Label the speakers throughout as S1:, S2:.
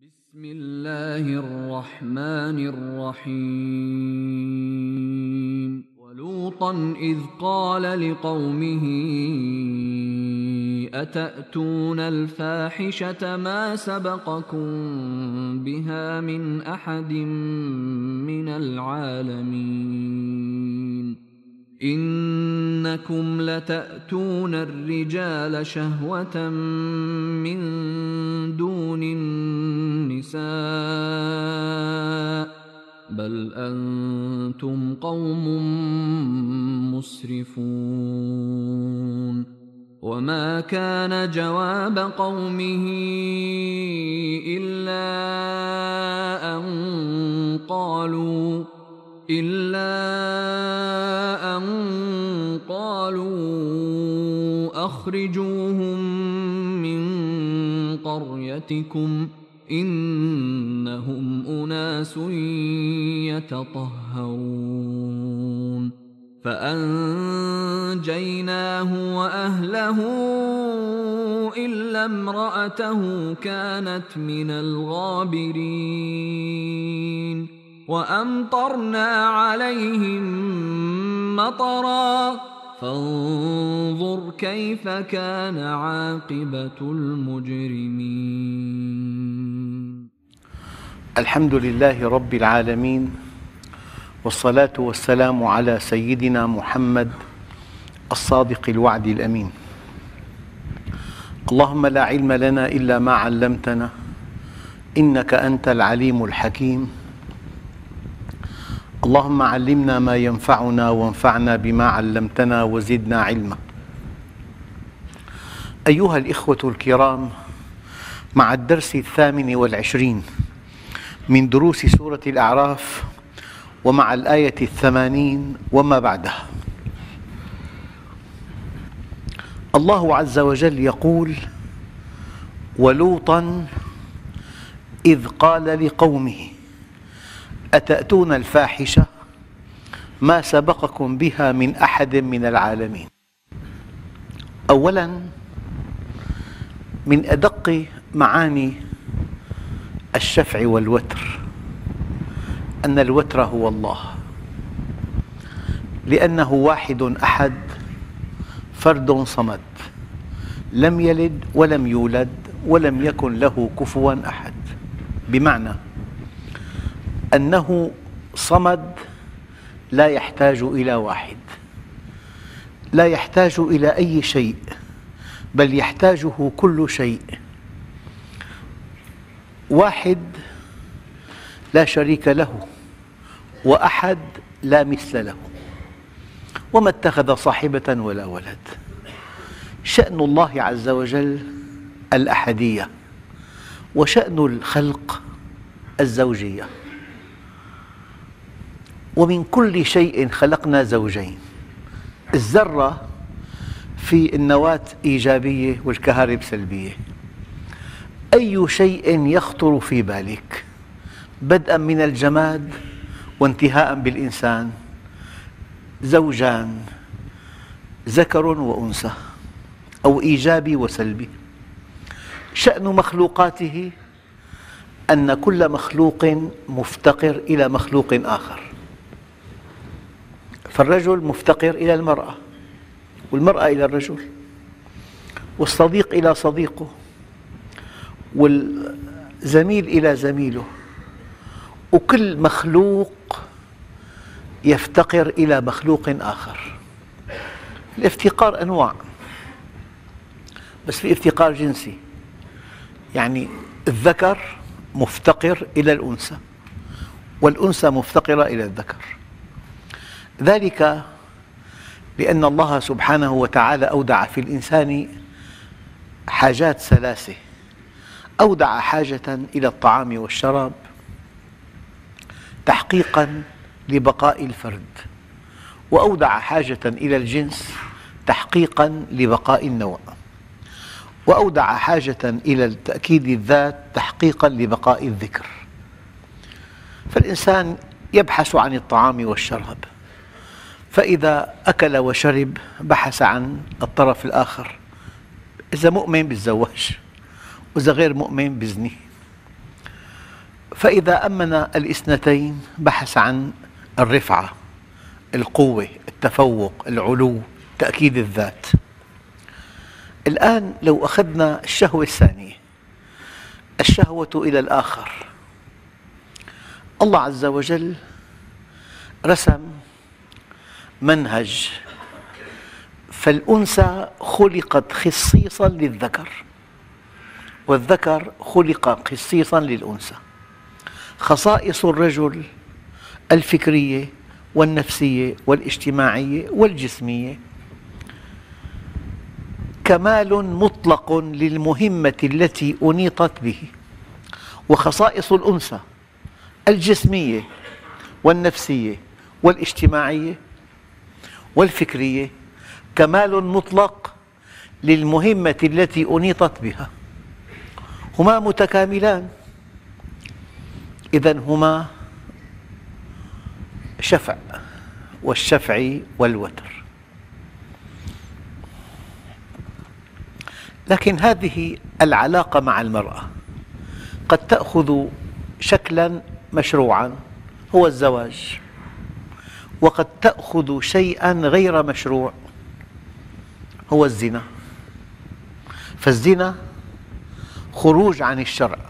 S1: بسم الله الرحمن الرحيم ولوطا إذ قال لقومه أتأتون الفاحشة ما سبقكم بها من أحد من العالمين إنكم لتأتون الرجال شهوة من دون النساء بل أنتم قوم مسرفون وما كان جواب قومه إلا أن قالوا أخرجوهم من قريتكم إنهم أناس يتطهرون فأنجيناه وأهله إلا امرأته كانت من الغابرين وأمطرنا عليهم مطرا فانظر كيف كان عاقبة المجرمين.
S2: الحمد لله رب العالمين، والصلاة والسلام على سيدنا محمد الصادق الوعد الأمين. اللهم لا علم لنا إلا ما علمتنا إنك أنت العليم الحكيم. اللهم علمنا ما ينفعنا وانفعنا بما علمتنا وزدنا علما. أيها الإخوة الكرام، مع الدرس 28 من دروس سورة الأعراف ومع الآية 80 وما بعدها، الله عز وجل يقول: ولوطا إذ قال لقومه أتأتون الفاحشة ما سبقكم بها من أحد من العالمين. أولاً، من أدق معاني الشفع والوتر أن الوتر هو الله، لأنه واحد أحد فرد صمد، لم يلد ولم يولد ولم يكن له كفواً أحد، بمعنى أنه صمد لا يحتاج إلى واحد، لا يحتاج إلى أي شيء، بل يحتاجه كل شيء. واحد لا شريك له، وأحد لا مثل له، وما اتخذ صاحبة ولا ولد. شأن الله عز وجل الأحدية، وشأن الخلق الزوجية. ومن كل شيء خلقنا زوجين. الذرة في النواة إيجابية والكهرب سلبية. أي شيء يخطر في بالك بدءاً من الجماد وانتهاءً بالإنسان، زوجان، ذكر وأنثى، أو إيجابي وسلبي. شأن مخلوقاته أن كل مخلوق مفتقر إلى مخلوق آخر، فالرجل مفتقر إلى المرأة، والمرأة إلى الرجل، والصديق إلى صديقه، والزميل إلى زميله، وكل مخلوق يفتقر إلى مخلوق آخر. الافتقار أنواع، بس في افتقار جنسي، يعني الذكر مفتقر إلى الأنثى، والأنثى مفتقرة إلى الذكر. ذلك لأن الله سبحانه وتعالى أودع في الإنسان حاجات ثلاثة. أودع حاجة إلى الطعام والشراب تحقيقاً لبقاء الفرد، وأودع حاجة إلى الجنس تحقيقاً لبقاء النوع، وأودع حاجة إلى تأكيد الذات تحقيقاً لبقاء الذكر. فالإنسان يبحث عن الطعام والشراب، فإذا أكل وشرب بحث عن الطرف الآخر، إذا مؤمن بيتزوج، وإذا غير مؤمن بيزني. فإذا أمن الاثنتين بحث عن الرفعة، القوة، التفوق، العلو، تأكيد الذات. الآن لو أخذنا الشهوة الثانية، الشهوة إلى الآخر، الله عز وجل رسم منهج، فالأنثى خلقت خصيصاً للذكر، والذكر خلق خصيصاً للأنثى. خصائص الرجل الفكرية والنفسية والاجتماعية والجسمية: كمال مطلق للمهمة التي أنيطت به. وخصائص الأنثى الجسمية والنفسية والاجتماعية والفكرية: كمال مطلق للمهمة التي أنيطت بها. هما متكاملان، إذن هما شفع، والشفع والوتر. لكن هذه العلاقة مع المرأة قد تأخذ شكلاً مشروعاً هو الزواج، وقد تأخذ شيئاً غير مشروع هو الزنا. فالزنا خروج عن الشرع،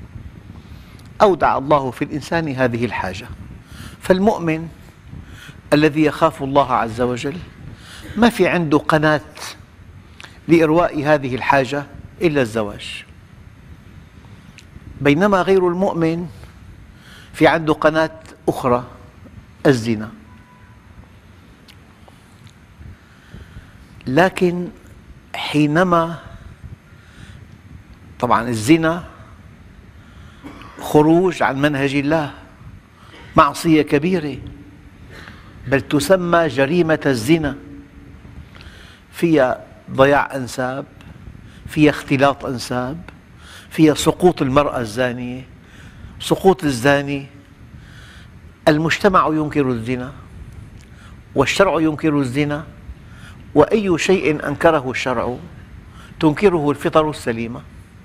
S2: أودع الله في الإنسان هذه الحاجة. فالمؤمن الذي يخاف الله عز وجل ما في عنده قناة لإرواء هذه الحاجة إلا الزواج، بينما غير المؤمن في عنده قناة أخرى، الزنا. لكن حينما طبعاً الزنا خروج عن منهج الله، معصية كبيرة، بل تسمى جريمة الزنا، فيها ضياع أنساب، فيها اختلاط أنساب، فيها سقوط المرأة الزانية، سقوط الزاني. المجتمع ينكر الزنا، والشرع ينكر الزنا، وأي شيء أنكره الشرع تنكره الفطر السليمة.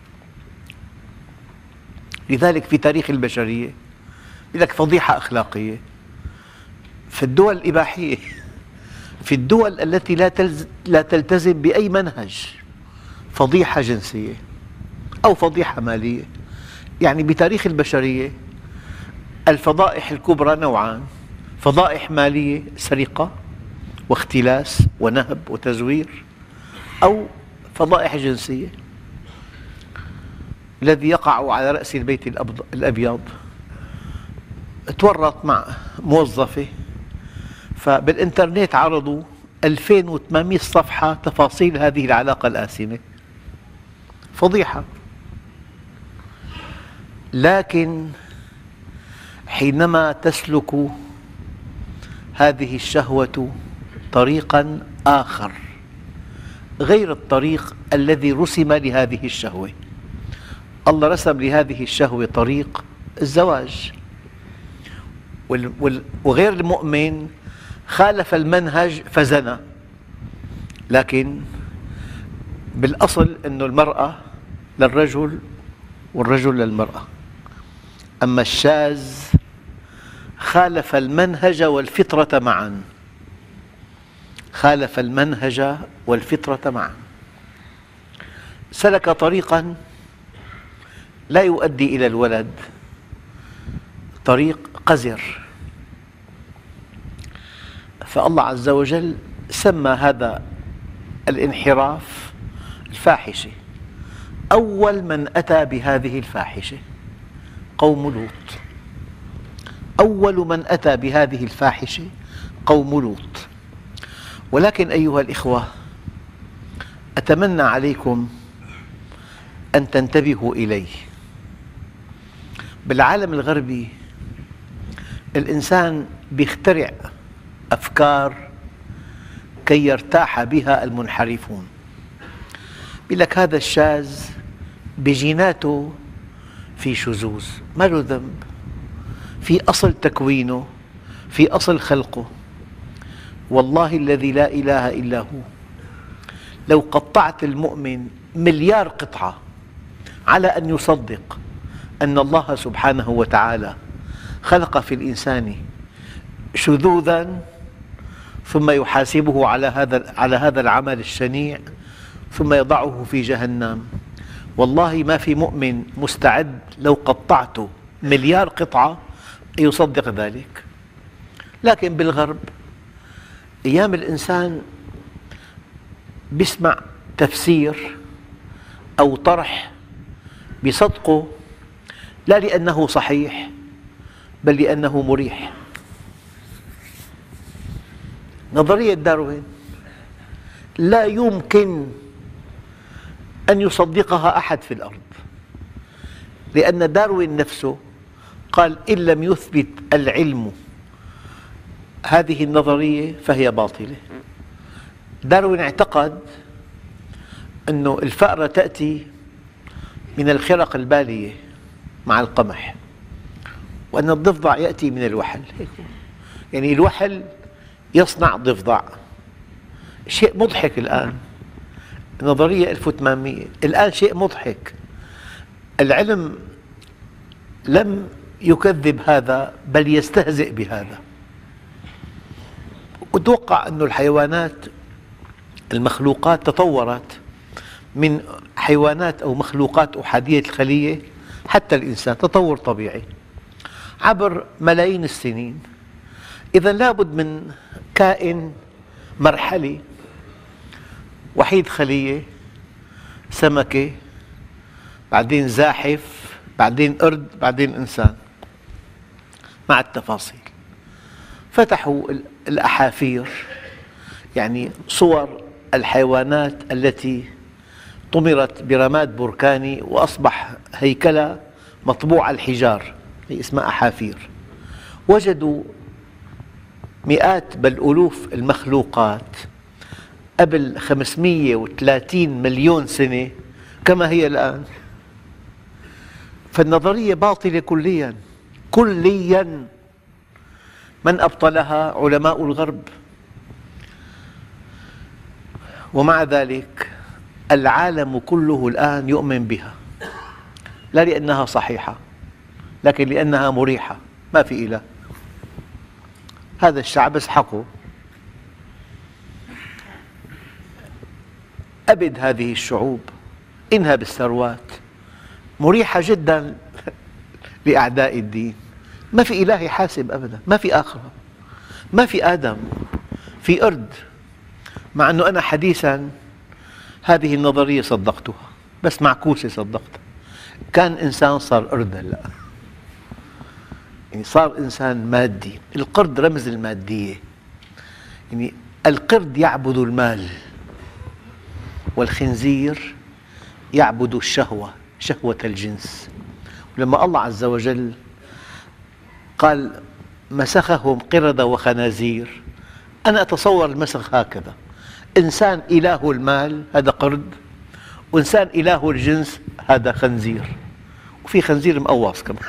S2: لذلك في تاريخ البشرية يقول لك فضيحة أخلاقية في الدول الإباحية، في الدول التي لا تلتزم بأي منهج، فضيحة جنسية أو فضيحة مالية. يعني بتاريخ البشرية الفضائح الكبرى نوعان: فضائح مالية، سرقة واختلاس ونهب وتزوير، أو فضائح جنسية. الذي يقع على رأس البيت الأبيض تورط مع موظفة، فبالإنترنت عرضوا 2800 صفحة تفاصيل هذه العلاقة الآثمة، فضيحة. لكن حينما تسلك هذه الشهوة طريقاً آخر غير الطريق الذي رسم لهذه الشهوة، الله رسم لهذه الشهوة طريق الزواج، وغير المؤمن خالف المنهج فزنى. لكن بالأصل أن المرأة للرجل والرجل للمرأة، أما الشاذ خالف المنهج والفطرة معاً، خالف المنهج والفطرة معاً، سلك طريقاً لا يؤدي إلى الولد، طريق قذر. فالله عز وجل سمى هذا الانحراف الفاحشة. أول من أتى بهذه الفاحشة قوم لوط، أول من أتى بهذه الفاحشة قوم لوط. ولكن أيها الإخوة، أتمنى عليكم أن تنتبهوا إليه. بالعالم الغربي الإنسان يخترع أفكار كي يرتاح بها المنحرفون. يقول لك هذا الشاذ بجيناته في شذوذ، ما له ذنب، في أصل تكوينه، في أصل خلقه. والله الذي لا إله إلا هو، لو قطعت المؤمن مليار قطعة على أن يصدق أن الله سبحانه وتعالى خلق في الإنسان شذوذا ثم يحاسبه على هذا العمل الشنيع ثم يضعه في جهنم. والله ما في مؤمن مستعد لو قطعته مليار قطعة يصدق ذلك. لكن بالغرب أيام الإنسان يسمع تفسير أو طرح يصدقه لا لأنه صحيح بل لأنه مريح. نظرية داروين لا يمكن أن يصدقها أحد في الأرض، لأن داروين نفسه قال إن لم يثبت العلم هذه النظرية فهي باطلة. داروين اعتقد أن الفأرة تأتي من الخرق البالية مع القمح، وأن الضفدع يأتي من الوحل. يعني الوحل يصنع ضفدع. شيء مضحك الآن، نظرية 1800 الآن شيء مضحك. العلم لم يكذب هذا بل يستهزئ بهذا. أتوقع أن الحيوانات المخلوقات تطورت من حيوانات أو مخلوقات أحادية الخلية حتى الإنسان، تطور طبيعي عبر ملايين السنين. إذا لابد من كائن مرحلي وحيد خلية، سمكة، بعدين زاحف، بعدين قرد، بعدين إنسان، مع التفاصيل. فتحوا الأحافير، يعني صور الحيوانات التي طمرت برماد بركاني وأصبح هيكلها مطبوع على الحجار، هي اسمها أحافير. وجدوا مئات بل ألوف المخلوقات قبل 530 مليون سنة كما هي الآن. فالنظرية باطلة كلياً كلياً. من أبطلها؟ علماء الغرب. ومع ذلك العالم كله الآن يؤمن بها، لا لأنها صحيحة لكن لأنها مريحة. ما في إله. هذا الشعب اسحقه. أبد هذه الشعوب إنها بالثروات مريحة جدا لأعداء الدين. ما في إله يحاسب أبدا، ما في آخرة، ما في آدم، في قرد. مع أنه أنا حديثا هذه النظرية صدقتها، بس معكوسة صدقتها. كان إنسان صار قرد هلأ، يعني صار إنسان مادي. القرد رمز المادية، يعني القرد يعبد المال والخنزير يعبد الشهوة، شهوة الجنس. ولما الله عز وجل قال مسخهم قردة وخنازير، أنا أتصور المسخ هكذا: إنسان إله المال هذا قرد، وإنسان إله الجنس هذا خنزير، وفي خنزير مقواص كمان.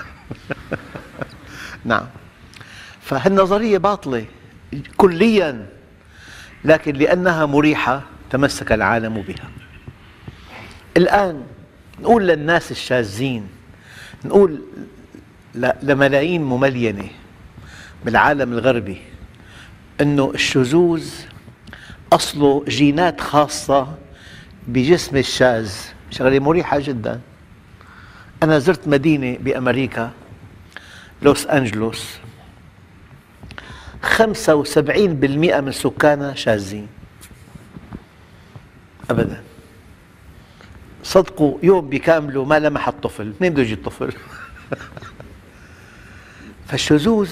S2: نعم. فهالنظرية باطلة كلياً، لكن لأنها مريحة تمسك العالم بها. الآن نقول للناس الشاذين، نقول لملايين مملينة بالعالم الغربي أنه الشذوذ أصله جينات خاصة بجسم الشاذ. شغلة مريحة جدا. أنا زرت مدينة بأمريكا، لوس أنجلوس، 75% من سكانها شاذين. أبدا. صدقوا يوم بيكاملوا ما لمح الطفل، منين بده يجي الطفل؟ فالشذوذ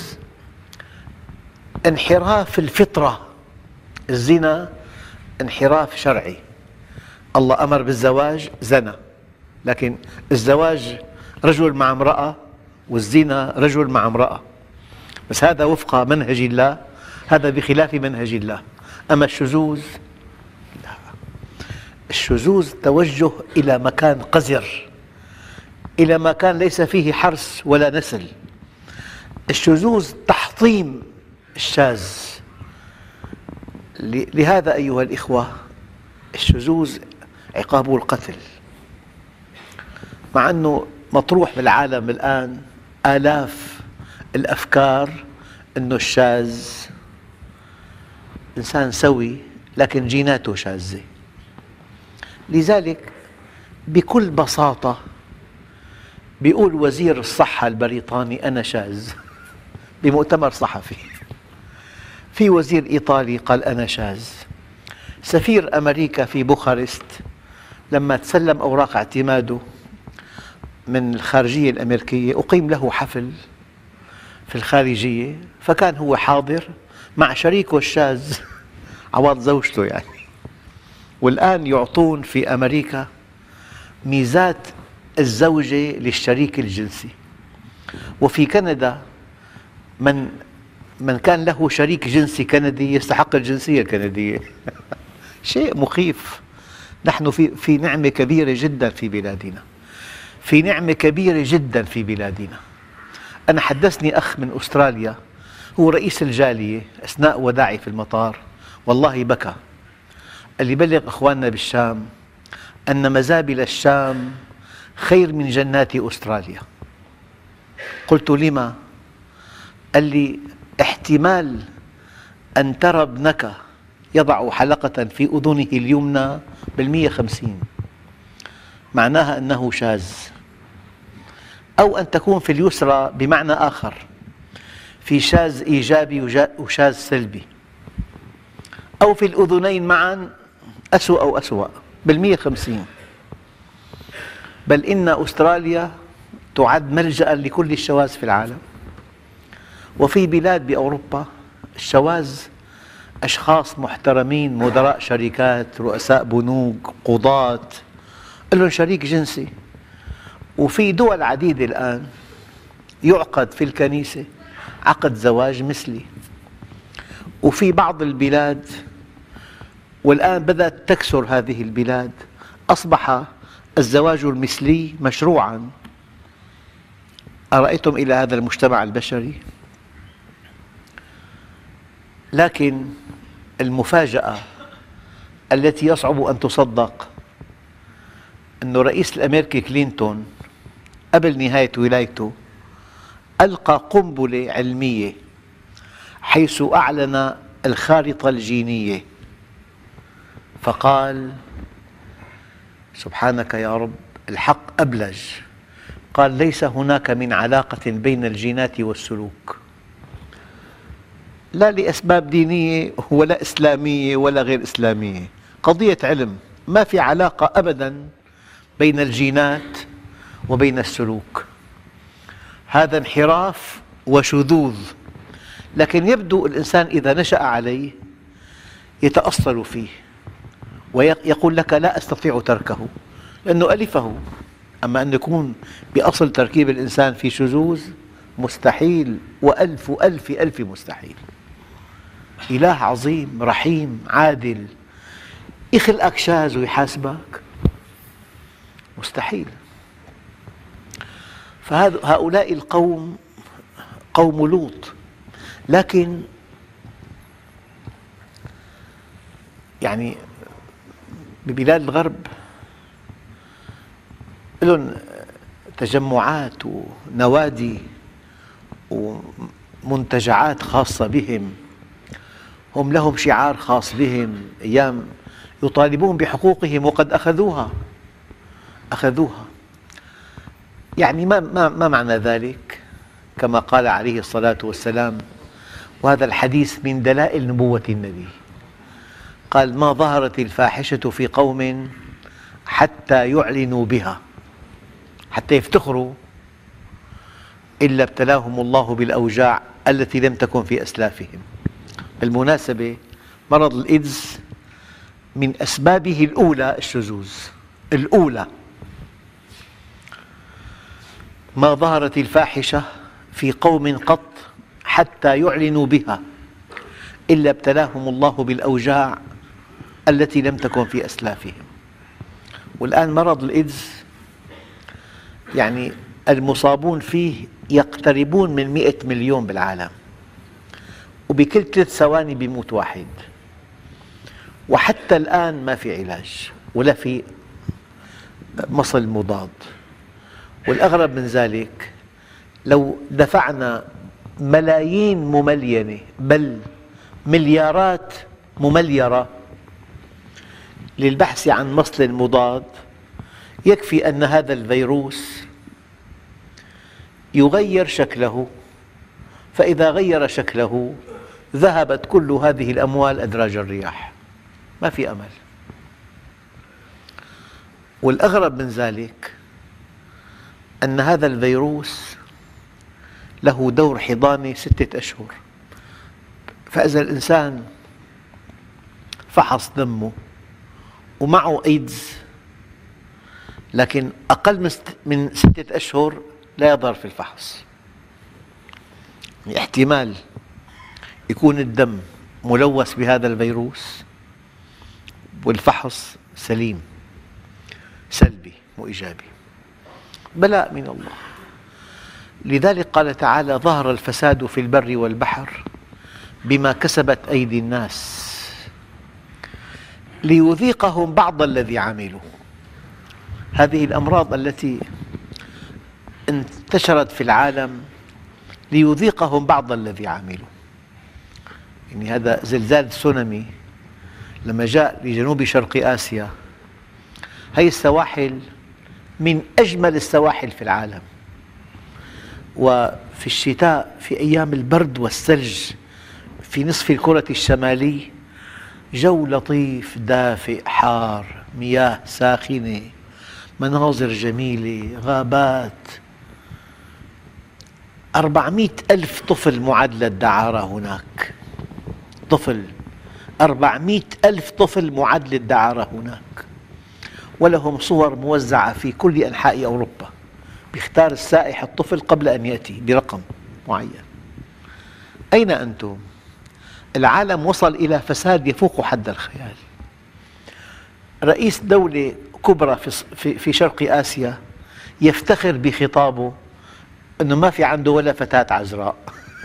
S2: انحراف الفطرة. الزنا انحراف شرعي. الله أمر بالزواج، زنا، لكن الزواج رجل مع امرأة والزنا رجل مع امرأة، بس هذا وفق منهج الله، هذا بخلاف منهج الله. أما الشذوذ لا. الشذوذ توجه إلى مكان قذر، إلى مكان ليس فيه حرث ولا نسل. الشذوذ تحطيم الشاذ. لهذا أيها الإخوة الشذوذ عقابه القتل، مع أنه مطروح بالعالم الآن آلاف الأفكار أنه الشاذ إنسان سوي لكن جيناته شاذة. لذلك بكل بساطة بيقول وزير الصحة البريطاني أنا شاذ بمؤتمر صحفي، في وزير إيطالي قال أنا شاذ، سفير أمريكا في بوخارست لما تسلم أوراق اعتماده من الخارجية الأمريكية أقيم له حفل في الخارجية، فكان هو حاضر مع شريكه الشاذ عوض زوجته يعني. والآن يعطون في أمريكا ميزات الزوجة للشريك الجنسي، وفي كندا من كان له شريك جنسي كندي يستحق الجنسية الكندية شيء مخيف. نحن في نعمة كبيرة جدا في بلادنا، في نعمة كبيرة جدا في بلادنا. أنا حدثني أخ من أستراليا هو رئيس الجالية أثناء وداعي في المطار، والله بكى، قال لي بلغ أخواننا بالشام أن مزابل الشام خير من جنات أستراليا. قلت لما؟ قال لي احتمال أن ترى ابنك يضع حلقة في أذنه اليمنى بال150 معناها أنه شاذ، أو أن تكون في اليسرى بمعنى آخر، في شاذ إيجابي وشاذ سلبي، أو في الأذنين معا أسوأ أو أسوأ بال150. بل إن أستراليا تعد ملجأ لكل الشواذ في العالم. وفي بلاد بأوروبا الشواذ أشخاص محترمين، مدراء شركات، رؤساء بنوك، قضاة، لهم شريك جنسي. وفي دول عديدة الآن يعقد في الكنيسة عقد زواج مثلي. وفي بعض البلاد، والآن بدأت تكثر هذه البلاد، أصبح الزواج المثلي مشروعاً. أرأيتم إلى هذا المجتمع البشري؟ لكن المفاجأة التي يصعب أن تصدق أن الرئيس الأمريكي كلينتون قبل نهاية ولايته ألقى قنبلة علمية حيث أعلن الخارطة الجينية، فقال سبحانك يا رب الحق أبلج، قال ليس هناك من علاقة بين الجينات والسلوك، لا لأسباب دينية ولا إسلامية ولا غير إسلامية، قضية علم، ما في علاقة أبداً بين الجينات وبين السلوك. هذا انحراف وشذوذ، لكن يبدو الإنسان إذا نشأ عليه يتأصل فيه ويقول لك لا أستطيع تركه لأنه ألفه. أما أن يكون بأصل تركيب الإنسان في شذوذ مستحيل، وألف ألف ألف مستحيل. إله عظيم رحيم عادل يخلقك شاذ ويحاسبك؟ مستحيل. فهؤلاء القوم قوم لوط، لكن يعني ببلاد الغرب لهم تجمعات ونوادي ومنتجعات خاصة بهم، هم لهم شعار خاص بهم، أيام يطالبون بحقوقهم وقد أخذوها. يعني ما معنى ذلك؟ كما قال عليه الصلاة والسلام، وهذا الحديث من دلائل نبوة النبي، قال ما ظهرت الفاحشة في قوم حتى يعلنوا بها، حتى يفتخروا، إلا ابتلاهم الله بالأوجاع التي لم تكن في أسلافهم. بالمناسبة مرض الإيدز من أسبابه الأولى الشذوذ، الأولى. ما ظهرت الفاحشة في قوم قط حتى يعلنوا بها إلا ابتلاهم الله بالأوجاع التي لم تكن في أسلافهم. والآن مرض الإيدز يعني المصابون فيه يقتربون من 100 مليون بالعالم، وبكل 3 ثواني بيموت واحد، وحتى الآن ما في علاج ولا في مصل مضاد. والأغرب من ذلك لو دفعنا ملايين مملينة بل مليارات ممليرة للبحث عن مصل مضاد، يكفي أن هذا الفيروس يغير شكله، فإذا غير شكله ذهبت كل هذه الأموال أدراج الرياح، ما في أمل. والأغرب من ذلك أن هذا الفيروس له دور حضاني 6 أشهر، فإذا الإنسان فحص دمه ومعه إيدز لكن أقل من 6 أشهر لا يظهر في الفحص، احتمال يكون الدم ملوث بهذا الفيروس والفحص سليم سلبي مو إيجابي، بلاء من الله. لذلك قال تعالى: ظهر الفساد في البر والبحر بما كسبت أيدي الناس ليذيقهم بعض الذي عملوا. هذه الأمراض التي انتشرت في العالم ليذيقهم بعض الذي عملوا. يعني هذا زلزال تسونامي لما جاء لجنوب شرق آسيا، هذه السواحل من أجمل السواحل في العالم، وفي الشتاء في أيام البرد والثلج في نصف الكرة الشمالي جو لطيف دافئ حار، مياه ساخنة، مناظر جميلة، غابات. 400,000 طفل معدل الدعارة هناك، طفل 400,000 طفل معدل الدعارة هناك، ولهم صور موزعة في كل أنحاء أوروبا. يختار السائح الطفل قبل أن يأتي برقم معين. أين أنتم؟ العالم وصل إلى فساد يفوق حد الخيال. رئيس دولة كبرى في شرق آسيا يفتخر بخطابه أنه ما في عنده ولا فتاة عذراء.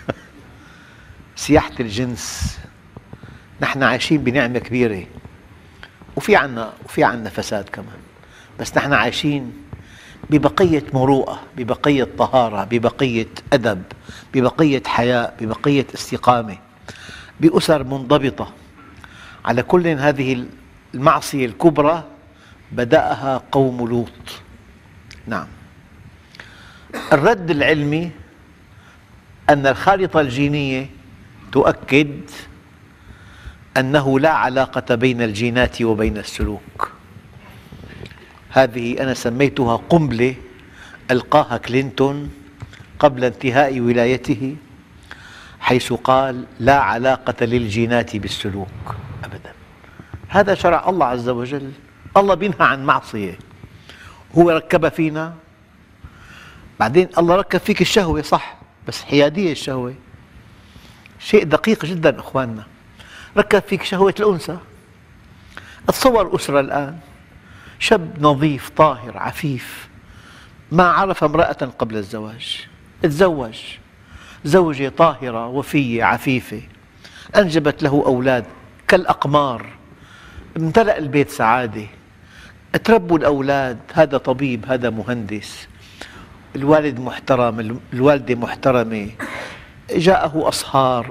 S2: سياحة الجنس. نحن عايشين بنعمة كبيرة وفي عنا فساد كمان، بس نحن عايشين ببقية مروءة، ببقية طهارة، ببقية أدب، ببقية حياء، ببقية استقامة، بأسر منضبطة. على كل هذه المعصية الكبرى بدأها قوم لوط. نعم. الرد العلمي أن الخارطة الجينية تؤكد أنه لا علاقة بين الجينات وبين السلوك. هذه أنا سميتها قنبلة ألقاها كلينتون قبل انتهاء ولايته، حيث قال: لا علاقة للجينات بالسلوك أبدا. هذا شرع الله عز وجل. الله بينهى عن معصية هو ركب فينا. بعدين الله ركب فيك الشهوة صح، بس حيادية الشهوة، شيء دقيق جدا أخواننا. ركب فيك شهوة الأنثى. اتصور أسرة الآن، شاب نظيف طاهر عفيف ما عرف امرأة قبل الزواج، تزوج، زوجة طاهرة وفية عفيفة أنجبت له أولاد كالأقمار، امتلأ البيت سعادة، تربوا الأولاد، هذا طبيب هذا مهندس، الوالد محترم الوالدة محترمة، جاءه أصهار،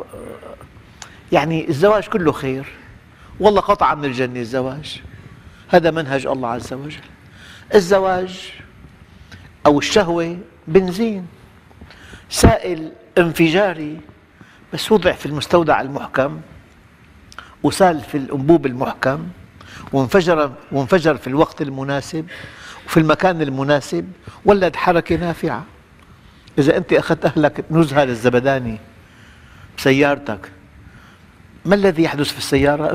S2: يعني الزواج كله خير. والله قطعة من الجنة الزواج. هذا منهج الله عز وجل. الزواج أو الشهوة بنزين سائل انفجاري، بس وضع في المستودع المحكم وسال في الأنبوب المحكم وانفجر في الوقت المناسب وفي المكان المناسب، ولد حركة نافعة. إذا أنت أخذت أهلك نزهة للزبداني بسيارتك، ما الذي يحدث في السيارة؟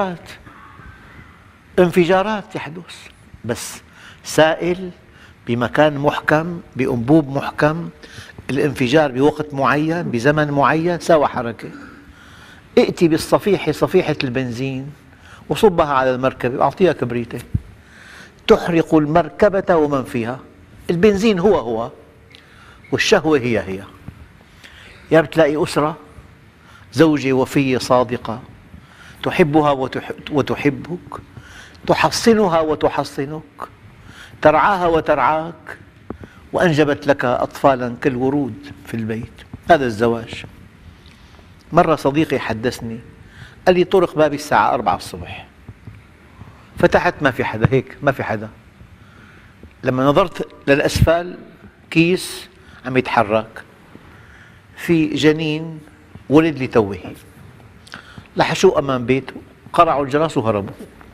S2: انفجارات يحدث، بس سائل بمكان محكم بأنبوب محكم، الانفجار بوقت معين بزمن معين سوى حركة. ائتي بالصفيحة، صفيحة البنزين، وصبها على المركبة وأعطيها كبريتة تحرق المركبة ومن فيها. البنزين هو والشهوة هي. يا بتلاقي أسرة زوجة وفية صادقة تحبها وتحبك، تحصنها وتحصنك، ترعاها وترعاك، وأنجبت لك أطفالا كالورود في البيت. هذا الزواج. مرة صديقي حدثني، قال لي طرق بابي الساعة 4 الصبح، فتحت ما في حدا، هيك ما في حدا. لما نظرت للأسفل كيس عم يتحرك، في جنين ولد لتوه، لحشوه أمام بيته، قرعوا الجرس وهربوا.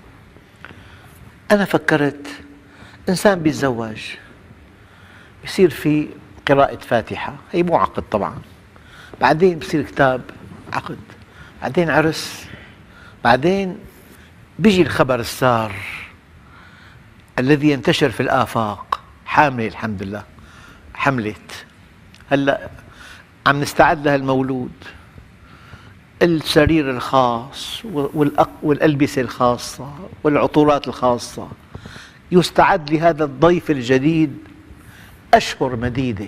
S2: أنا فكرت إنسان بيتزوج يصير في قراءة فاتحة، هي مو عقد طبعا، بعدين بصير كتاب عقد، بعدين عرس، بعدين بيجي الخبر السار الذي ينتشر في الآفاق، حاملة الحمد لله، حملت، هلأ عم نستعد لها المولود، السرير الخاص والألبسة الخاصة والعطورات الخاصة، يستعد لهذا الضيف الجديد أشهر مديدة،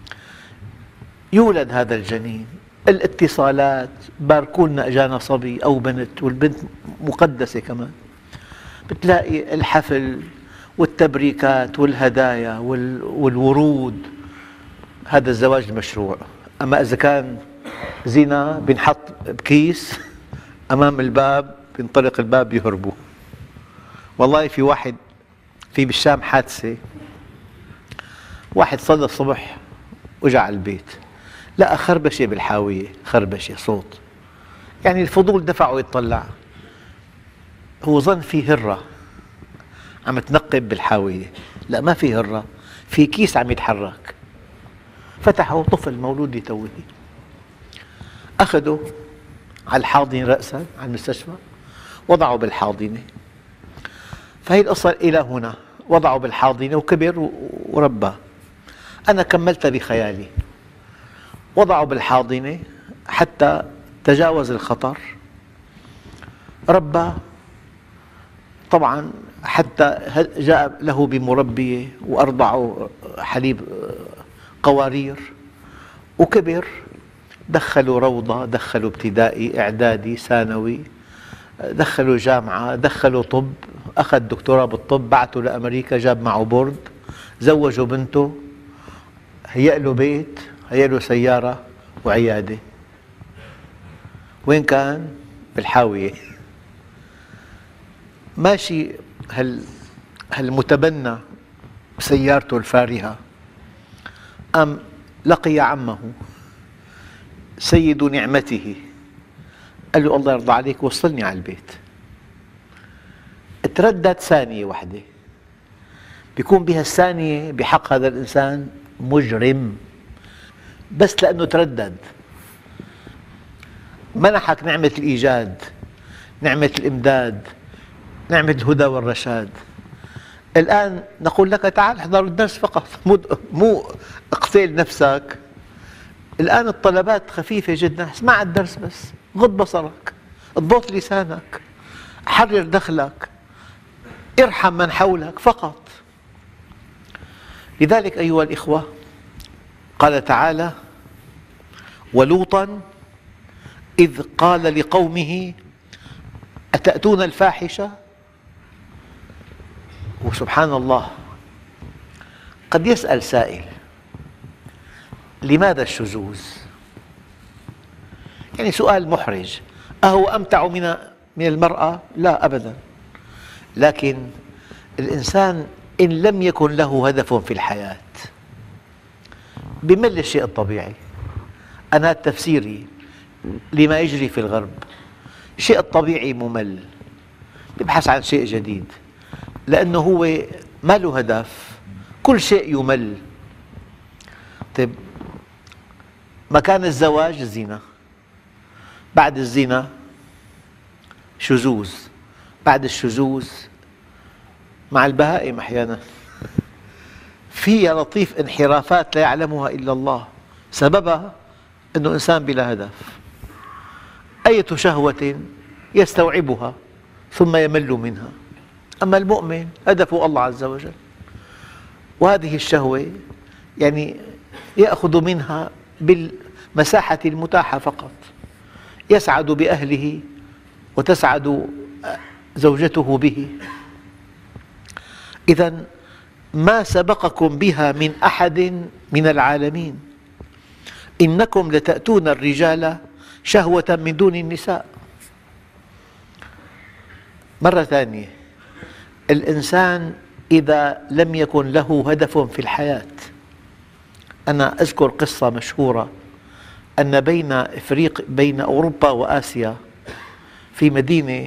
S2: يولد هذا الجنين، الاتصالات، باركولنا أجانا صبي أو بنت، والبنت مقدسة كمان، بتلاقي الحفل والتبريكات والهدايا والورود. هذا الزواج المشروع. أما إذا كان زنا بنحط بكيس أمام الباب، بينطلق الباب يهربوا. والله في واحد في بالشام حادثة، واحد صلى الصبح وجاء على البيت لقى خربشة بالحاوية، خربشة صوت، يعني الفضول دفعه يطلع، هو ظن في هرة عم تنقب بالحاوية، لا ما في هرة، في كيس عم يتحرك. فتحه طفل مولود لتوه، أخذه على الحاضنة رأسا على المستشفى، وضعه بالحاضنة. فهي القصة إلى هنا، وضعه بالحاضنة وكبر وربى. أنا كملتها بخيالي، وضعه بالحاضنة حتى تجاوز الخطر، ربى طبعا حتى جاء له بمربية وأرضعه حليب قوارير، وكبر، دخلوا روضة، دخلوا ابتدائي، إعدادي، ثانوي، دخلوا جامعة، دخلوا طب، أخذ دكتوراه بالطب، بعثوا لأمريكا، جاب معه بورد، زوجوا بنته، هيأ له بيت، هيأ له سيارة وعيادة. وين كان؟ بالحاوية. ماشي هالمتبنى بسيارته الفارهة، أم لقي عمه سيد نعمته، قال له الله يرضى عليك وصلني على البيت. تردد ثانية واحدة، بيكون بها الثانية بحق هذا الإنسان مجرم، بس لأنه تردد. منحك نعمة الإيجاد، نعمة الإمداد، نعمة الهدى والرشاد. الآن نقول لك تعال احضر الدرس فقط، مو اقتل نفسك. الآن الطلبات خفيفة جدا، اسمع الدرس بس، غض بصرك، اضبط لسانك، حرر دخلك، ارحم من حولك فقط. لذلك أيها الإخوة قال تعالى: ولوطا إذ قال لقومه أتأتون الفاحشة. وسبحان الله، قد يسأل سائل: لماذا الشذوذ؟ يعني سؤال محرج، أهو أمتع من المرأة؟ لا أبدا، لكن الإنسان إن لم يكن له هدف في الحياة بمل الشيء الطبيعي. أنا تفسيري لما يجري في الغرب، الشيء الطبيعي ممل، يبحث عن شيء جديد، لأنه هو ما له هدف، كل شيء يمل. طيب، مكان الزواج الزنا، بعد الزنا شذوذ، بعد الشذوذ مع البهائم أحيانا في يا لطيف انحرافات لا يعلمها إلا الله، سببها أنه إنسان بلا هدف. أية شهوة يستوعبها ثم يمل منها، أما المؤمن هدفه الله عز وجل، وهذه الشهوة يعني يأخذ منها بالمساحة المتاحة فقط، يسعد بأهله وتسعد زوجته به. إذن ما سبقكم بها من أحد من العالمين إنكم لتأتون الرجال شهوة من دون النساء. مرة ثانية، الإنسان إذا لم يكن له هدف في الحياة. أنا أذكر قصة مشهورة أن بين أوروبا وآسيا في مدينة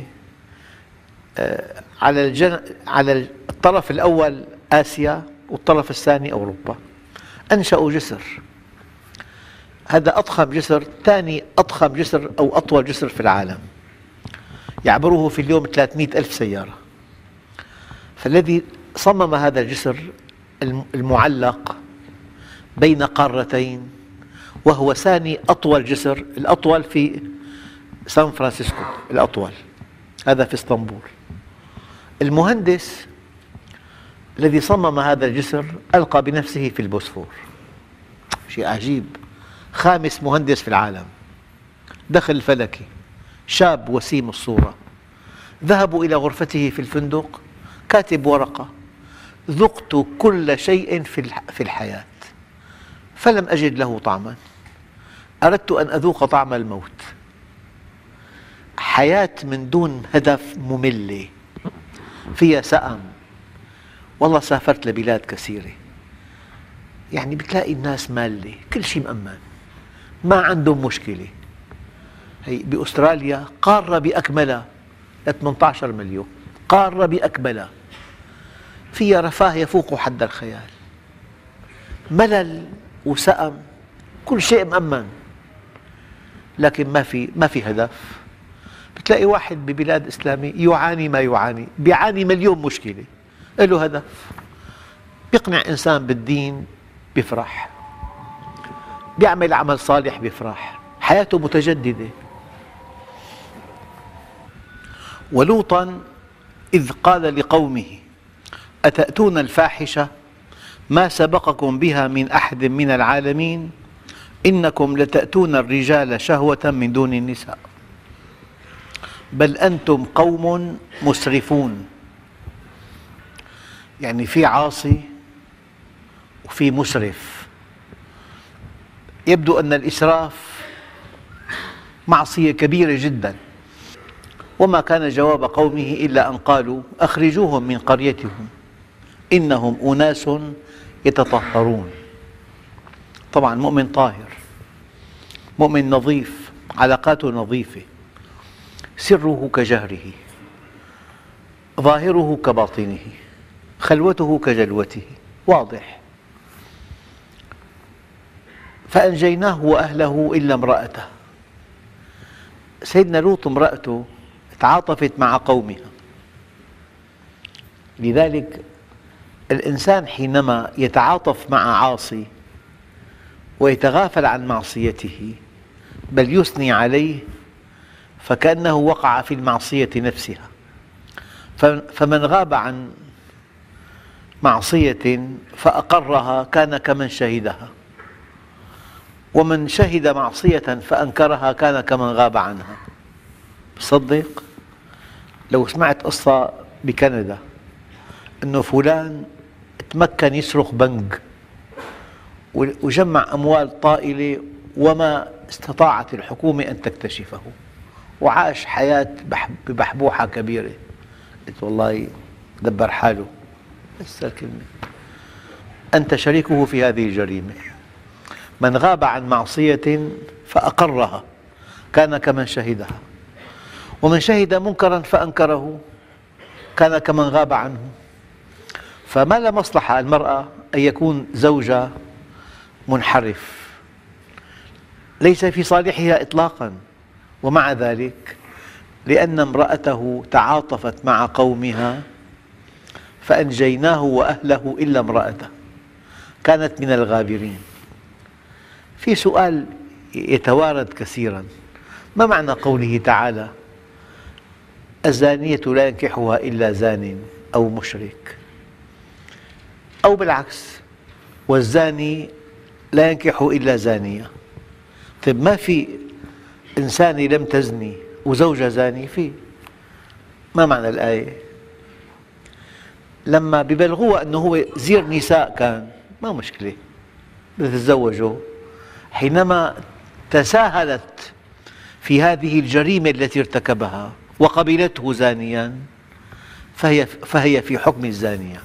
S2: على الطرف الأول آسيا والطرف الثاني أوروبا، أنشأوا جسر. هذا أضخم جسر، ثاني أضخم جسر أو أطول جسر في العالم، يعبره في اليوم 300 ألف سيارة. فالذي صمم هذا الجسر المعلق بين قارتين، وهو ثاني أطول جسر، الأطول في سان فرانسيسكو، الأطول هذا في اسطنبول. المهندس الذي صمم هذا الجسر ألقى بنفسه في البوسفور، شيء عجيب. خامس مهندس في العالم، دخل فلكي، شاب وسيم الصورة. ذهبوا إلى غرفته في الفندق، كاتب ورقة: ذقت كل شيء في الحياة فلم أجد له طعما، أردت أن أذوق طعم الموت. حياة من دون هدف مملة، فيها سأم. والله سافرت لبلاد كثيرة، يعني بتلاقي الناس مالة، كل شيء مأمن، ما عندهم مشكلة. هي بأستراليا قارة بأكملها 18 مليون، قارة بأكملها فيها رفاه يفوق حد الخيال، ملل وسأم، كل شيء مأمن، لكن ما في هدف. بتلاقي واحد ببلاد إسلامية يعاني ما يعاني، بيعاني مليون مشكلة، له هدف. بيقنع إنسان بالدين بيفرح، بيعمل عمل صالح بيفرح، حياته متجددة. ولوطا إذ قال لقومه أتأتون الفاحشة ما سبقكم بها من أحد من العالمين إنكم لتأتون الرجال شهوة من دون النساء بل أنتم قوم مسرفون. يعني في عاصي وفي مسرف. يبدو أن الإسراف معصية كبيرة جدا. وما كان جواب قومه إلا أن قالوا أخرجوهم من قريتهم إنهم أناس يتطهرون. طبعا مؤمن طاهر، مؤمن نظيف، علاقاته نظيفة، سره كجهره، ظاهره كباطنه، خلوته كجلوته، واضح. فأنجيناه وأهله إلا امرأته. سيدنا لوط امرأته تعاطفت مع قومها. لذلك الإنسان حينما يتعاطف مع عاصي ويتغافل عن معصيته بل يثني عليه فكأنه وقع في المعصية نفسها. فمن غاب عن معصية فأقرها كان كمن شهدها، ومن شهد معصية فأنكرها كان كمن غاب عنها. تصدق لو سمعت قصة بكندا أنه فلان تمكن يسرق بنك وجمع أموال طائلة وما استطاعت الحكومة أن تكتشفه، وعاش حياة ببحبوحة كبيرة. قلت والله دبر حاله، بس الكلمة، أنت شريكه في هذه الجريمة. من غاب عن معصية فأقرها كان كمن شهدها، ومن شهد منكرا فأنكره كان كمن غاب عنه. فما لا مصلحة المرأة أن يكون زوجها منحرف، ليس في صالحها إطلاقا. ومع ذلك لأن امرأته تعاطفت مع قومها فأنجيناه وأهله إلا امرأته كانت من الغابرين. في سؤال يتوارد كثيرا: ما معنى قوله تعالى الزانية لا ينكحها إلا زان أو مشرك، أو بالعكس والزاني لا ينكح إلا زانية؟ طيب ما في إنسانة لم تزني وزوجها زاني؟ فيه. ما معنى الآية؟ لما ببلغوها أنه هو زير نساء كان ما مشكلة تتزوجه. حينما تساهلت في هذه الجريمة التي ارتكبها وقبلته زانيا فهي في حكم الزانية.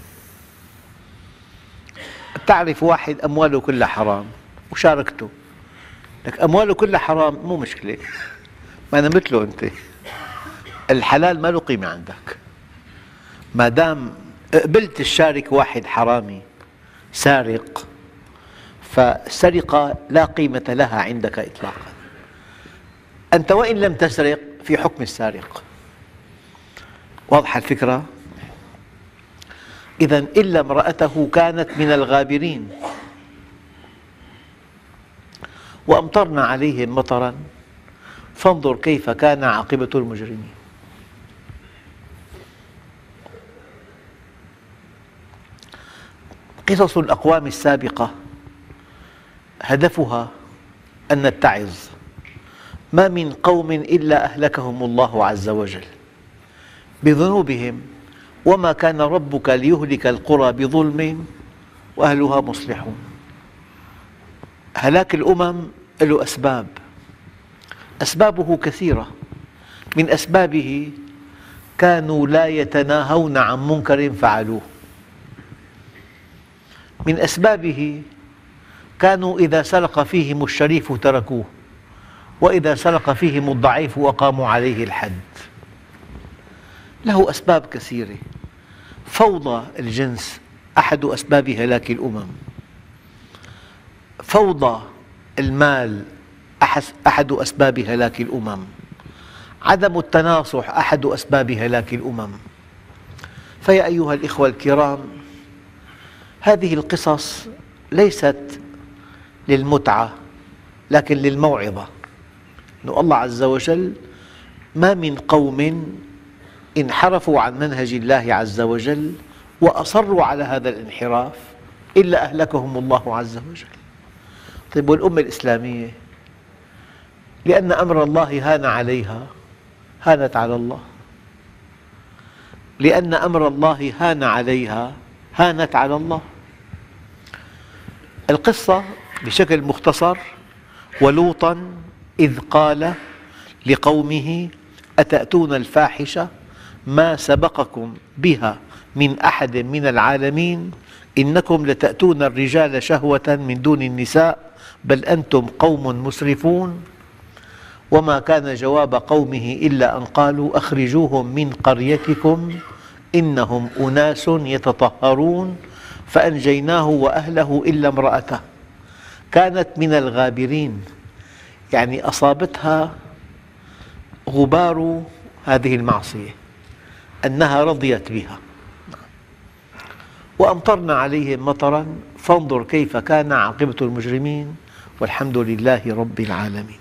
S2: تعرف واحد أمواله كلها حرام وشاركته، لك أمواله كلها حرام مو مشكلة، ما أنا مثله أنت، الحلال ما له قيمة عندك ما دام قبلت تشارك واحد حرامي سارق، فالسرقة لا قيمة لها عندك إطلاقا، أنت وإن لم تسرق في حكم السارق. واضحة الفكرة؟ إذن إلا امرأته كانت من الغابرين وأمطرنا عليهم مطرا فانظر كيف كان عاقبة المجرمين. قصص الأقوام السابقة هدفها أن نتعظ، ما من قوم إلا أهلكهم الله عز وجل بذنوبهم، وما كان ربك ليهلك القرى بظلم وأهلها مصلحون. هلاك الأمم له أسباب، أسبابه كثيرة، من أسبابه كانوا لا يتناهون عن منكر فعلوه، من أسبابه كانوا إذا سرق فيهم الشريف تركوه، وإذا سرق فيهم الضعيف أقاموا عليه الحد. له أسباب كثيرة. فوضى الجنس أحد أسباب هلاك الأمم، فوضى المال أحد أسباب هلاك الأمم، عدم التناصح أحد أسباب هلاك الأمم. فيا أيها الإخوة الكرام، هذه القصص ليست للمتعة لكن للموعظة، أن الله عز وجل ما من قوم انحرفوا عن منهج الله عز وجل وأصروا على هذا الانحراف إلا أهلكهم الله عز وجل. طيب والأمة الإسلامية لأن أمر الله هان عليها هانت على الله، لأن أمر الله هان عليها هانت على الله. القصة بشكل مختصر: ولوطا إذ قال لقومه أتأتون الفاحشة ما سبقكم بها من أحد من العالمين إنكم لتأتون الرجال شهوة من دون النساء بل أنتم قوم مسرفون. وما كان جواب قومه إلا أن قالوا أخرجوهم من قريتكم إنهم أناس يتطهرون فأنجيناه وأهله إلا امرأته كانت من الغابرين، يعني أصابتها غبار هذه المعصية أنها رضيت بها. وأمطرنا عليهم مطرا فانظر كيف كان عاقبة المجرمين والحمد لله رب العالمين.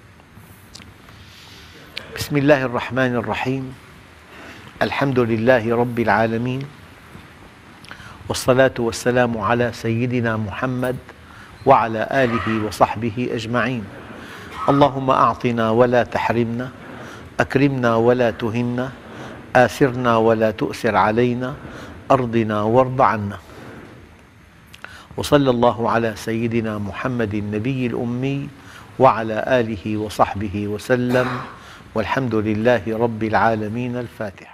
S2: بسم الله الرحمن الرحيم، الحمد لله رب العالمين، والصلاة والسلام على سيدنا محمد وعلى آله وصحبه أجمعين. اللهم أعطنا ولا تحرمنا، أكرمنا ولا تهنا، آثرنا ولا تؤثر علينا، أرضنا وارض عنا. وصلى الله على سيدنا محمد النبي الأمي وعلى آله وصحبه وسلم، والحمد لله رب العالمين. الفاتحة.